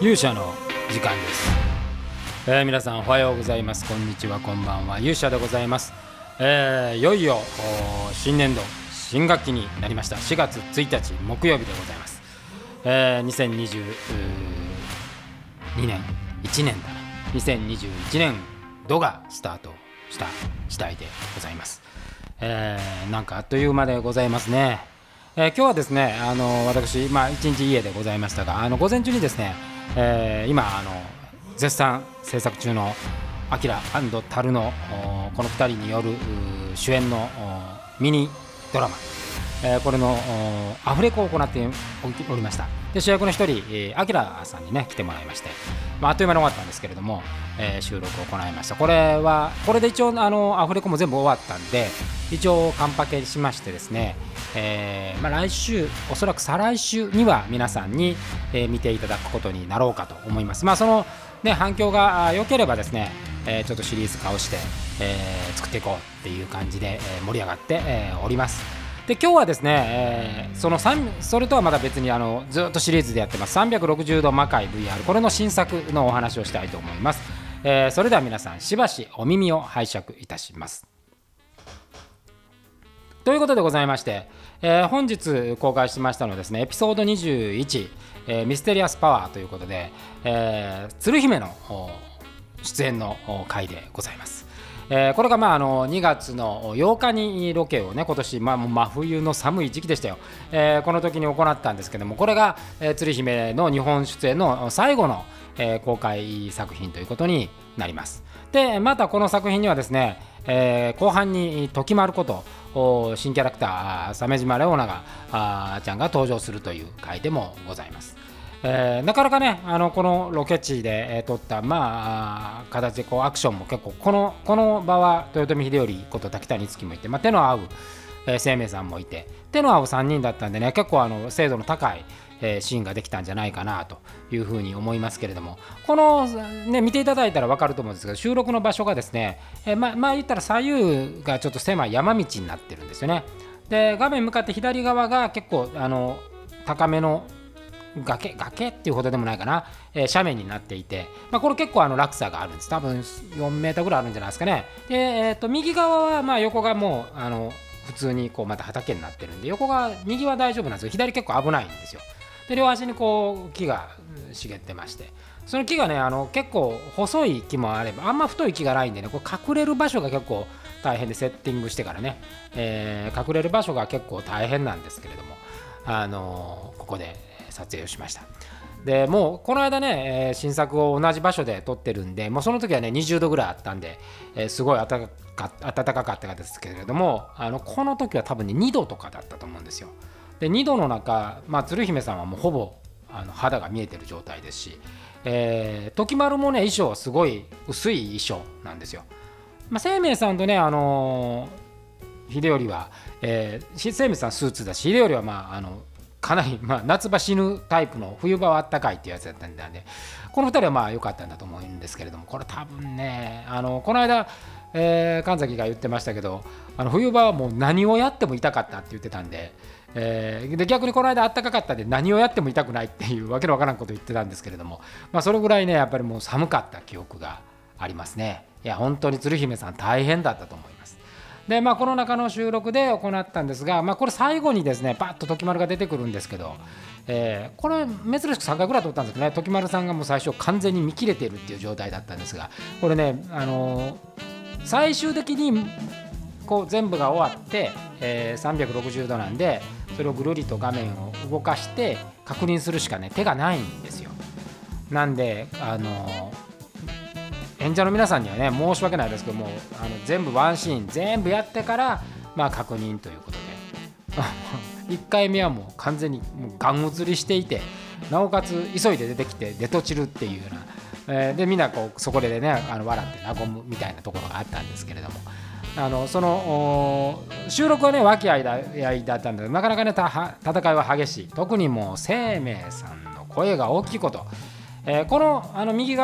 勇者の時間です。皆さんおはようございます。こんにちは、こんばんは。勇者でございます。いよいよ新年度新学期になりました。4月1日木曜日でございます。2022年1年だな2021年度がスタートした次第でございます。なんかあっという間でございますね。今日はですね、私、一日家でございましたが、午前中にですね、今絶賛制作中のアキラ&タルのこの2人による主演のミニドラマ、これのアフレコを行っておりました。で、主役の一人アキラさんにね来てもらいまして、あっという間に終わったんですけれども、収録を行いました。これで一応アフレコも全部終わったんで、一応完パケしましてですね、来週おそらく再来週には皆さんに、見ていただくことになろうかと思います。そのね反響が良ければですね、ちょっとシリーズ化をして、作っていこうっていう感じで、盛り上がって、おります。で、今日はですね、それとはまた別にずっとシリーズでやってます360度魔界 VR、 これの新作のお話をしたいと思います。それでは皆さんしばしお耳を拝借いたします。ということでございまして、本日公開しましたのはですね、エピソード21、ミステリアスパワーということで、鶴姫の出演の回でございます。これが2月の8日にロケをね、今年、真冬の寒い時期でしたよ、この時に行ったんですけども、これが、鶴姫の日本出演の最後の、公開作品ということになります。で、またこの作品にはですね、後半に時丸こと新キャラクター鮫島レオナがちゃんが登場するという回でもございます。なかなかね、このロケ地で、撮った形でアクションも結構この場は豊臣秀頼こと滝谷月もいて、手の合う、生命さんもいて、手の合う3人だったんでね、結構精度の高い、シーンができたんじゃないかなというふうに思いますけれども、このね見ていただいたら分かると思うんですけど、収録の場所がですね、言ったら左右がちょっと狭い山道になってるんですよね。で、画面向かって左側が結構高めの崖っていうほどでもないかな、斜面になっていて、これ結構落差があるんです。多分4メーターぐらいあるんじゃないですかね。で、右側は横がもう普通にまた畑になってるんで、右は大丈夫なんですけど、左結構危ないんですよ。で、両端に木が茂ってまして、その木がね結構細い木もあればあんま太い木がないんでね、隠れる場所が結構大変で、セッティングしてからね、隠れる場所が結構大変なんですけれども、ここで撮影をしました。で、もうこの間ね、新作を同じ場所で撮ってるんで、もうその時はね20度ぐらいあったんで、すごい暖かかったですけれども、この時は多分ね2度とかだったと思うんですよ。で、2度の中、鶴姫さんはもうほぼ肌が見えてる状態ですし、時丸もね衣装はすごい薄い衣装なんですよ。生命さんとね秀頼は、生命さんスーツだし、秀頼はかなり夏場死ぬタイプの、冬場はあったかいっていうやつだったんで、この2人は良かったんだと思うんですけれども、これ多分ねこの間、神崎が言ってましたけど、冬場はもう何をやっても痛かったって言ってたんで、で逆にこの間暖かかったんで何をやっても痛くないっていうわけのわからんこと言ってたんですけれども、それぐらいねやっぱりもう寒かった記憶がありますね。いや本当に鶴姫さん大変だったと思います。で、この中の収録で行ったんですが、これ最後にですねパッと時丸が出てくるんですけど、これ珍しく3回ぐらい撮ったんですけどね、時丸さんがもう最初完全に見切れているっていう状態だったんですが、これね最終的に全部が終わって、360度なんで、それをぐるりと画面を動かして確認するしかね手がないんですよ。なんで演者の皆さんにはね申し訳ないですけども、全部ワンシーン全部やってから確認ということで1回目はもう完全にガン映りしていて、なおかつ急いで出てきて出とちるっていうような、でみんなそこでね笑って和むみたいなところがあったんですけれども、その収録はね和気あいだったんだけど、なかなかね戦いは激しい。特にもう生命さんの声が大きいこと、この右側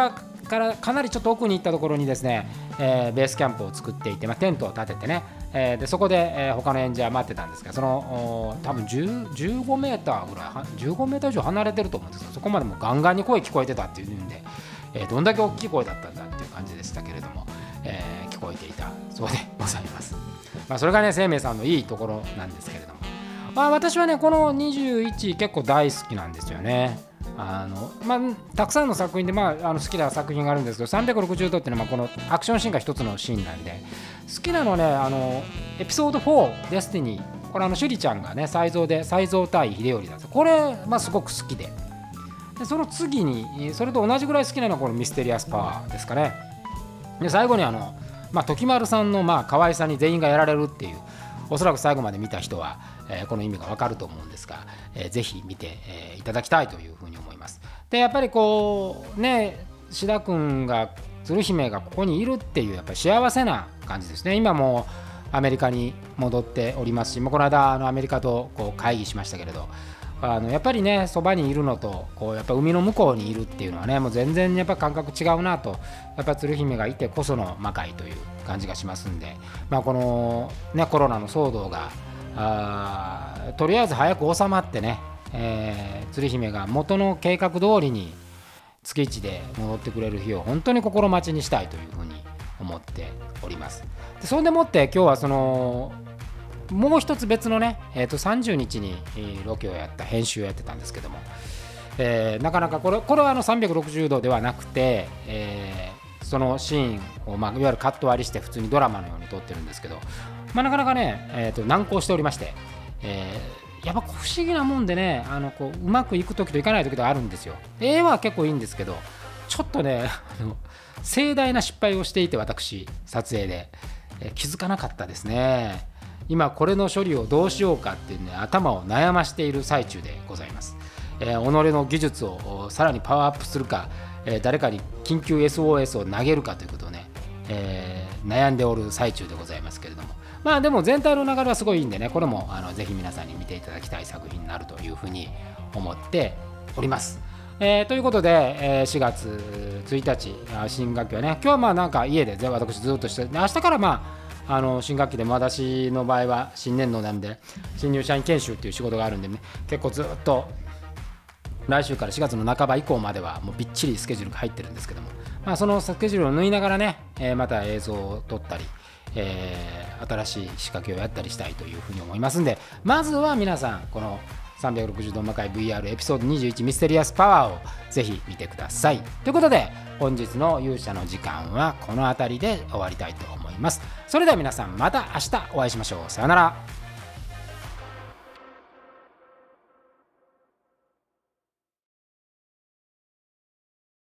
からかなりちょっと奥に行ったところにですね、ベースキャンプを作っていて、テントを立ててね、でそこで、他の演者は待ってたんですが、その多分15メーターぐらい15メーター以上離れてると思うんですが、そこまでもガンガンに声聞こえてたっていうんで、どんだけ大きい声だったんだっていう感じでしたけれども、聞こえていたそうでございます。それがね、生命さんのいいところなんですけれども、私はねこの21結構大好きなんですよね。たくさんの作品で、好きな作品があるんですけど、360度っていうのはこのアクションシーンが一つのシーンなんで、好きなのはねエピソード4デスティニー、これシュリちゃんがね才蔵対秀頼だった、これ、すごく好きで、その次にそれと同じぐらい好きなのはこのミステリアスパワーですかね。で最後に時丸さんの可愛さに全員がやられるっていう、おそらく最後まで見た人は、この意味がわかると思うんですが、ぜひ見て、いただきたいというふうに思います。でやっぱりこうね、志田君が鶴姫がここにいるっていうやっぱり幸せな感じですね。今もアメリカに戻っておりますし、この間アメリカとこう会議しましたけれど、やっぱりねそばにいるのとやっぱ海の向こうにいるっていうのはね、もう全然やっぱ感覚違うなと、やっぱ鶴姫がいてこその魔界という感じがしますんで、このねコロナの騒動がとりあえず早く収まってね、鶴姫が元の計画通りに月1で戻ってくれる日を本当に心待ちにしたいというふうに思っております。でそれでもって今日はもう一つ別のね、30日にロケをやった編集をやってたんですけども、なかなかこれは360度ではなくて、そのシーンを、いわゆるカット割りして普通にドラマのように撮ってるんですけど、なかなかね、難航しておりまして、やっぱ不思議なもんでね、うまくいく時といかない時とあるんですよ。絵は結構いいんですけど、ちょっとね盛大な失敗をしていて、私撮影で、気づかなかったですね。今これの処理をどうしようかっていうね、頭を悩ましている最中でございます。己の技術をさらにパワーアップするか、誰かに緊急 SOS を投げるかということをね、悩んでおる最中でございますけれども、でも全体の流れはすごいいいんでね、これもぜひ皆さんに見ていただきたい作品になるというふうに思っております。ということで、4月1日新学期はね、今日はなんか家で私ずっとして、明日から新学期でも私の場合は新年度なんで新入社員研修っていう仕事があるんでね、結構ずっと来週から4月の半ば以降まではもうびっちりスケジュールが入ってるんですけども、そのスケジュールを縫いながらね、また映像を撮ったり、新しい仕掛けをやったりしたいというふうに思いますんで、まずは皆さんこの360度魔界 VR エピソード21ミステリアスパワーをぜひ見てください。ということで本日の勇者の時間はこの辺りで終わりたいと思います。それでは皆さんまた明日お会いしましょう。さよなら。